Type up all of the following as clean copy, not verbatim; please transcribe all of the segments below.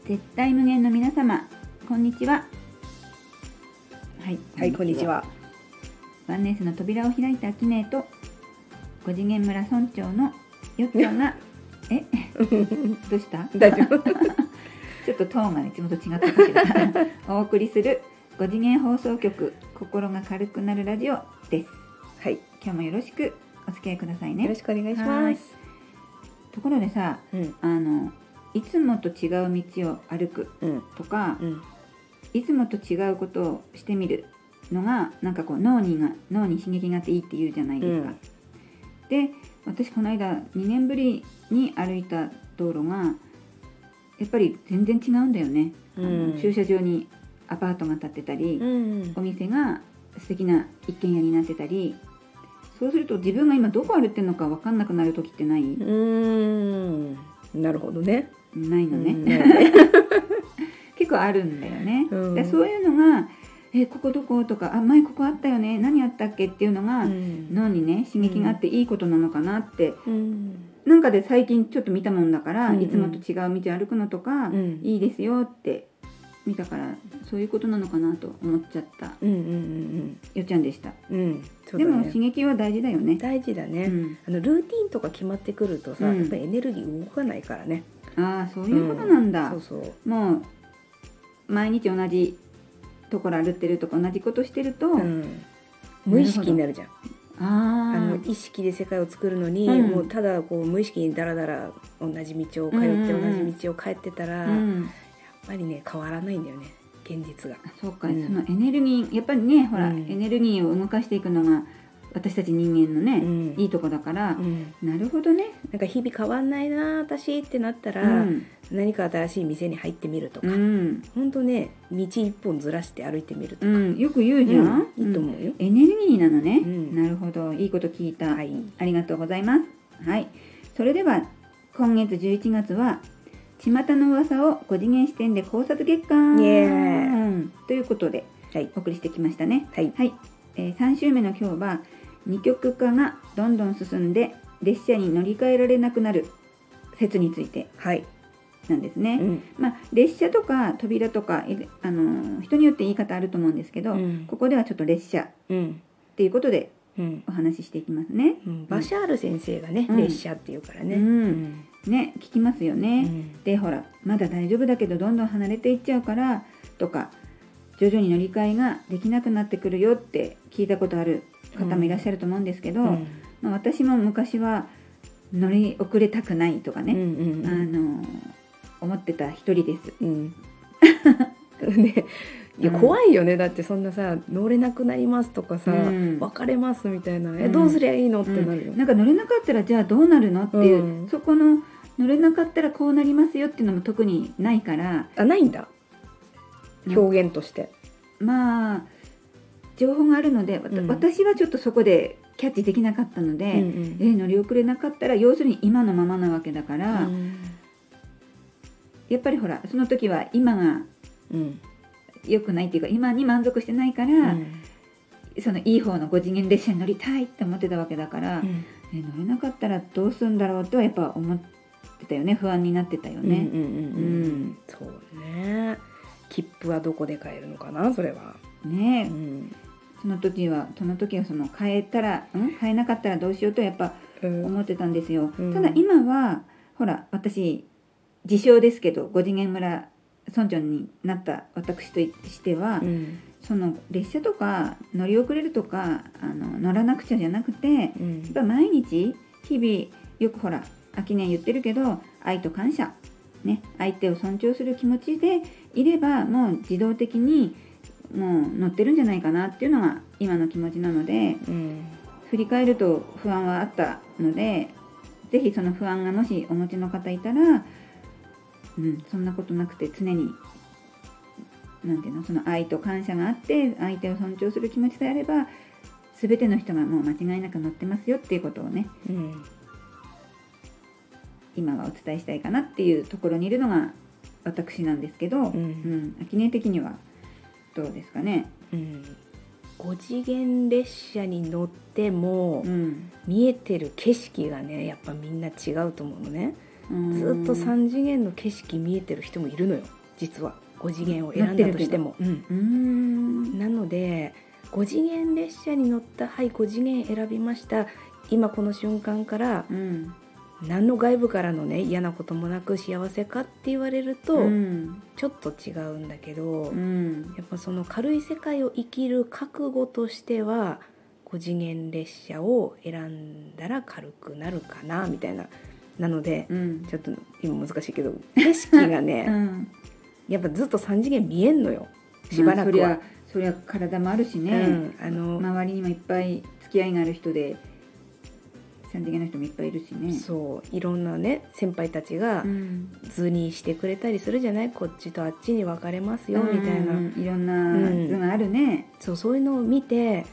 絶対無限の皆様、こんにちは。 はい、こんにちは。 ワンネスの扉を開いたアキネーと五次元村村長のよっちゃんがどうした大丈夫ちょっとトーンがいつもと違ったかしらお送りする五次元放送局心が軽くなるラジオです。 はい、 今日もよろしくお付き合いくださいね。 よろしくお願いします。 ところでさ、いつもと違う道を歩くとか、いつもと違うことをしてみるのがなんかこう脳に刺激があっていいって言うじゃないですか。で、私この間2年ぶりに歩いた道路がやっぱり全然違うんだよね。駐車場にアパートが建ってたり、お店が素敵な一軒家になってたり、そうすると自分が今どこ歩いてるのか分かんなくなる時ってない？ なるほどね。 ないのね。結構あるんだよね。でそういうのがここどことか、前ここあったよね、何あったっけっていうのが、脳にね刺激があっていいことなのかなって、なんかで最近ちょっと見たもんだから、いつもと違う道歩くのとか、いいですよって見たから、そういうことなのかなと思っちゃった、よっちゃんでした。 そうだね、 でも刺激は大事だよね。 大事だね、ルーティンとか決まってくるとさ、やっぱりエネルギー動かないからね。 そういうことなんだ。 そうもう毎日同じところ歩ってるとか同じことしてると、 無意識になるじゃん。意識で世界を作るのに、もうただこう無意識にダラダラ同じ道を通って同じ道を帰ってたら、やっぱりね変わらないんだよね、現実が。 そうか、そのエネルギーやっぱりね、ほら、エネルギーを動かしていくのが私たち人間のね、いいとこだから、なるほどね。 なんか日々変わんないな私ってなったら、何か新しい店に入ってみるとか、ほんとね道一本ずらして歩いてみるとか、 よく言うじゃん、 いいと思うよ。 エネルギーなのね、なるほど、いいこと聞いた、ありがとうございます。はい、それでは今月11月は巷の噂を5次元視点で考察月間、ということで、お送りしてきましたね。3週目の今日は二極化がどんどん進んで列車に乗り換えられなくなる説についてなんですね。列車とか扉とか人によって言い方あると思うんですけど、ここではちょっと列車っていうことでお話ししていきますね。 バシャール先生がね、列車っていうからね、 ね、聞きますよね。でほら、まだ大丈夫だけどどんどん離れていっちゃうからとか、徐々に乗り換えができなくなってくるよって聞いたことある方もいらっしゃると思うんですけど、私も昔は乗り遅れたくないとかね、思ってた一人です。 ね、いや怖いよね。だってそんなさ、乗れなくなりますとかさ、別れますみたいな、どうすりゃいいのってなるよ。 なんか乗れなかったらじゃあどうなるのっていう、そこの乗れなかったらこうなりますよっていうのも特にないから。 ないんだ、表現として。 情報があるので、私はちょっとそこでキャッチできなかったので、乗り遅れなかったら要するに今のままなわけだから、やっぱりほらその時は今が良くないっていうか、今に満足してないから、そのいい方の5次元列車に乗りたいって思ってたわけだから、乗れなかったらどうするんだろうとはやっぱ思ってたよね。不安になってたよね。 そうね。切符はどこで買えるのかな、それはね。その時はその買えなかったらどうしようとやっぱ思ってたんですよ。ただ今はほら、私自称ですけど5次元村村長になった私としては、その列車とか乗り遅れるとか乗らなくちゃじゃなくて、やっぱ毎日日々よくほら秋音言ってるけど、愛と感謝ね、相手を尊重する気持ちでいればもう自動的にもう乗ってるんじゃないかなっていうのが今の気持ちなので、振り返ると不安はあったので、ぜひその不安がもしお持ちの方いたら、そんなことなくて常になんていうの、その愛と感謝があって相手を尊重する気持ちであれば、全ての人がもう間違いなく乗ってますよっていうことをね、今はお伝えしたいかなっていうところにいるのが私なんですけど、秋音的にはどうですかね。 5次元列車に乗っても、見えてる景色がねやっぱみんな違うと思うのね。 ずっと3次元の景色見えてる人もいるのよ実は。5次元を選んだとしても、なので5次元列車に乗った、はい5次元選びました、今この瞬間から、何の外部からのね嫌なこともなく幸せかって言われると、ちょっと違うんだけど、やっぱその軽い世界を生きる覚悟としては5次元列車を選んだら軽くなるかなみたいな。なので、ちょっと今難しいけど景色がね、やっぱずっと3次元見えんのよしばらくは。 そりゃ体もあるしね、周りにもいっぱい付き合いがある人で3次元の人もいっぱいいるしね。 そういろんなね先輩たちが図にしてくれたりするじゃない、こっちとあっちに分かれますよみたいな、 いろんな図があるね、 そういうのを見て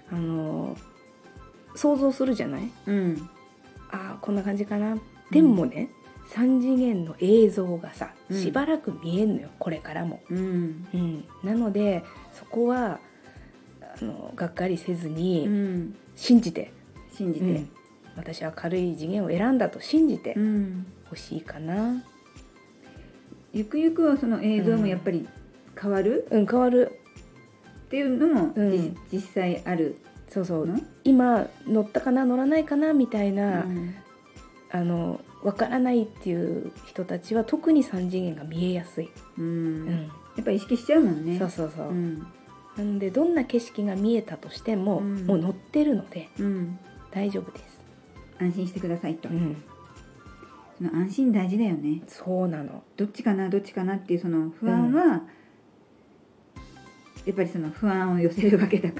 想像するじゃない、こんな感じかな。でもね、3次元の映像がさしばらく見えんのよこれからも、なのでそこはがっかりせずに、信じて、私は軽い次元を選んだと信じてほしいかな。 ゆくゆくはその映像もやっぱり変わる、 変わるっていうのも、実際ある。 今乗ったかな乗らないかなみたいな、分からないっていう人たちは特に3次元が見えやすい、 やっぱり意識しちゃうもんね。 そう、なのでどんな景色が見えたとしても、もう乗ってるので、大丈夫です。 安心してくださいと、その安心大事だよね。 そうなの。 どっちかなっていうその不安は、やっぱりその不安を寄せるわけだから、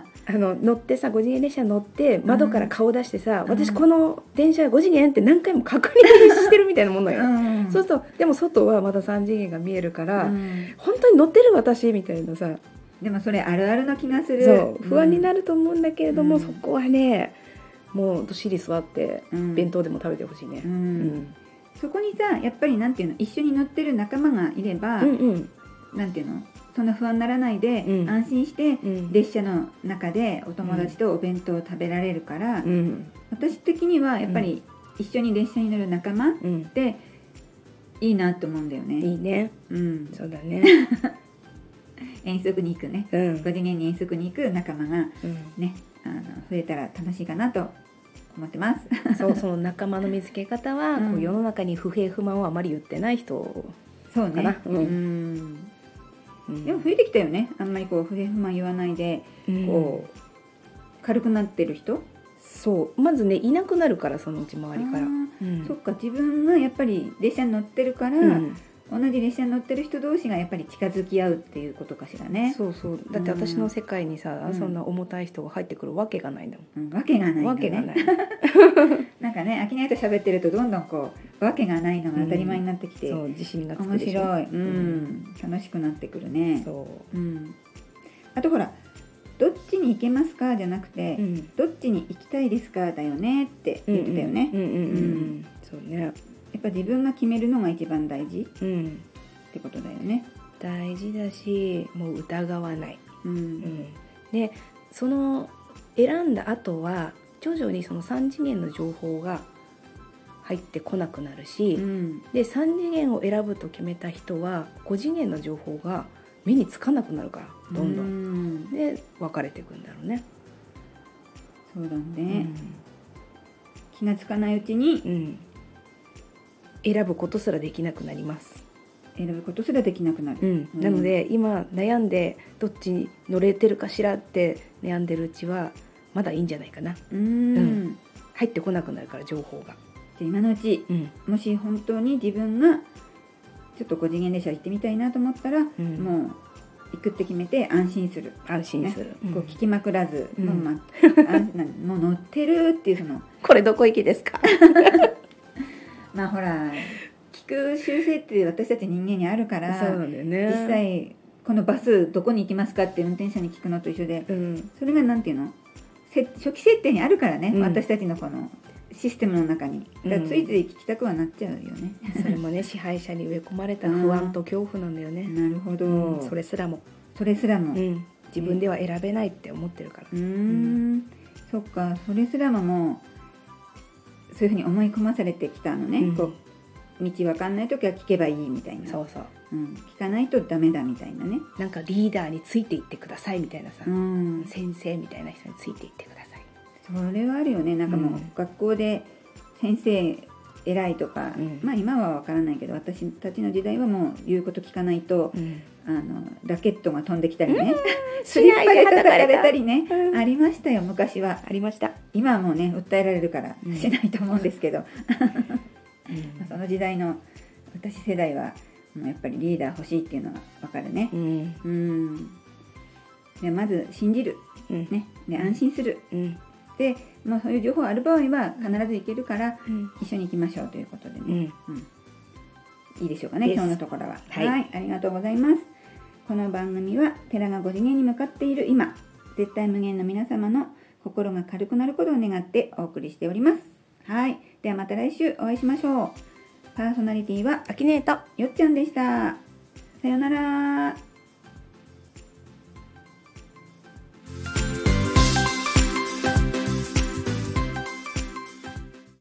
乗ってさ5次元列車乗って窓から顔出してさ、私この電車5次元って何回も確認してるみたいなものよ、そうするとでも外はまた3次元が見えるから、本当に乗ってる私みたいなさ。 でもそれあるあるの気がする。 そう不安になると思うんだけれども、そこはねもうどっしり座って弁当でも食べてほしいね、 そこにさやっぱりなんていうの、一緒に乗ってる仲間がいれば、なんていうの、そんな不安にならないで、安心して列車の中でお友達とお弁当を食べられるから、私的にはやっぱり一緒に列車に乗る仲間っていいなと思うんだよね。 いいね、そうだね遠足に行くね、5次元に遠足に行く仲間がね、増えたら楽しいかなと思ってますその仲間の見つけ方は、こう世の中に不平不満をあまり言ってない人かな。 でも増えてきたよね。あんまりこう不平不満言わないで、こう軽くなってる人。 そうまずねいなくなるから、そのうち周りから、 そっか、自分がやっぱり列車に乗ってるから、同じ列車に乗ってる人同士がやっぱり近づき合うっていうことかしらね。 そうだって私の世界にさ、そんな重たい人が入ってくるわけがないんだもん、 わけがないんだね。 わけがないなんかね、秋音と喋ってるとどんどんこうわけがないのが当たり前になってきて、 そう自信がつくでしょ。 面白い、楽しくなってくるね。あとほら、どっちに行けますかじゃなくて、どっちに行きたいですかだよねって言ってたよね。 そうね、 やっぱ自分が決めるのが一番大事、ってことだよね。 大事だし、もう疑わない、でその選んだ後は徐々にその3次元の情報が入ってこなくなるし、で3次元を選ぶと決めた人は5次元の情報が目につかなくなるから、どんどんで分かれていくんだろうね。 そうだね、気がつかないうちに、 選ぶことすらできなくなります。 選ぶことすらできなくなる、 なので今悩んでどっちに乗れてるかしらって悩んでるうちはまだいいんじゃないかな。入ってこなくなるから情報が。 じゃあ今のうち、もし本当に自分がちょっと5次元列車行ってみたいなと思ったら、もう行くって決めて安心する、 こう聞きまくらず、もう乗ってるっていう、そのこれどこ行きですかまあほら、聞く習性って私たち人間にあるから、 そうなんだよね。 実際このバスどこに行きますかって運転手に聞くのと一緒で、それがなんていうの、初期設定にあるからね、私たちのこのシステムの中に。だからついつい聞きたくはなっちゃうよね。 それもね、支配者に植え込まれた不安と恐怖なんだよね。 なるほど、 それすらも、自分では選べないって思ってるから。 そっか、それすらももうそういうふうに思い込まされてきたのね、こう道わかんない時は聞けばいいみたいな。 そうそう、 聞かないとダメだみたいなね。 なんかリーダーについていってくださいみたいなさ、先生みたいな人についていってください。 それはあるよね。なんかもう学校で先生偉いとか、まあ今はわからないけど、私たちの時代はもう言うこと聞かないと、ラケットが飛んできたりね、スリッパで叩かれたりね、ありましたよ昔は。 ありました。 今はもうね訴えられるからしないと思うんですけど、その時代の私世代はもうやっぱりリーダー欲しいっていうのはわかるね。でまず信じる、ね、で安心する、で、まあ、そういう情報ある場合は必ず行けるから、一緒に行きましょうということでね、いいでしょうかね、今日のところは。はい、ありがとうございます。この番組は寺が5次元に向かっている今、絶対無限の皆様の心が軽くなることを願ってお送りしております。はい、ではまた来週お会いしましょう。パーソナリティはあきねえとよっちゃんでした。さよなら。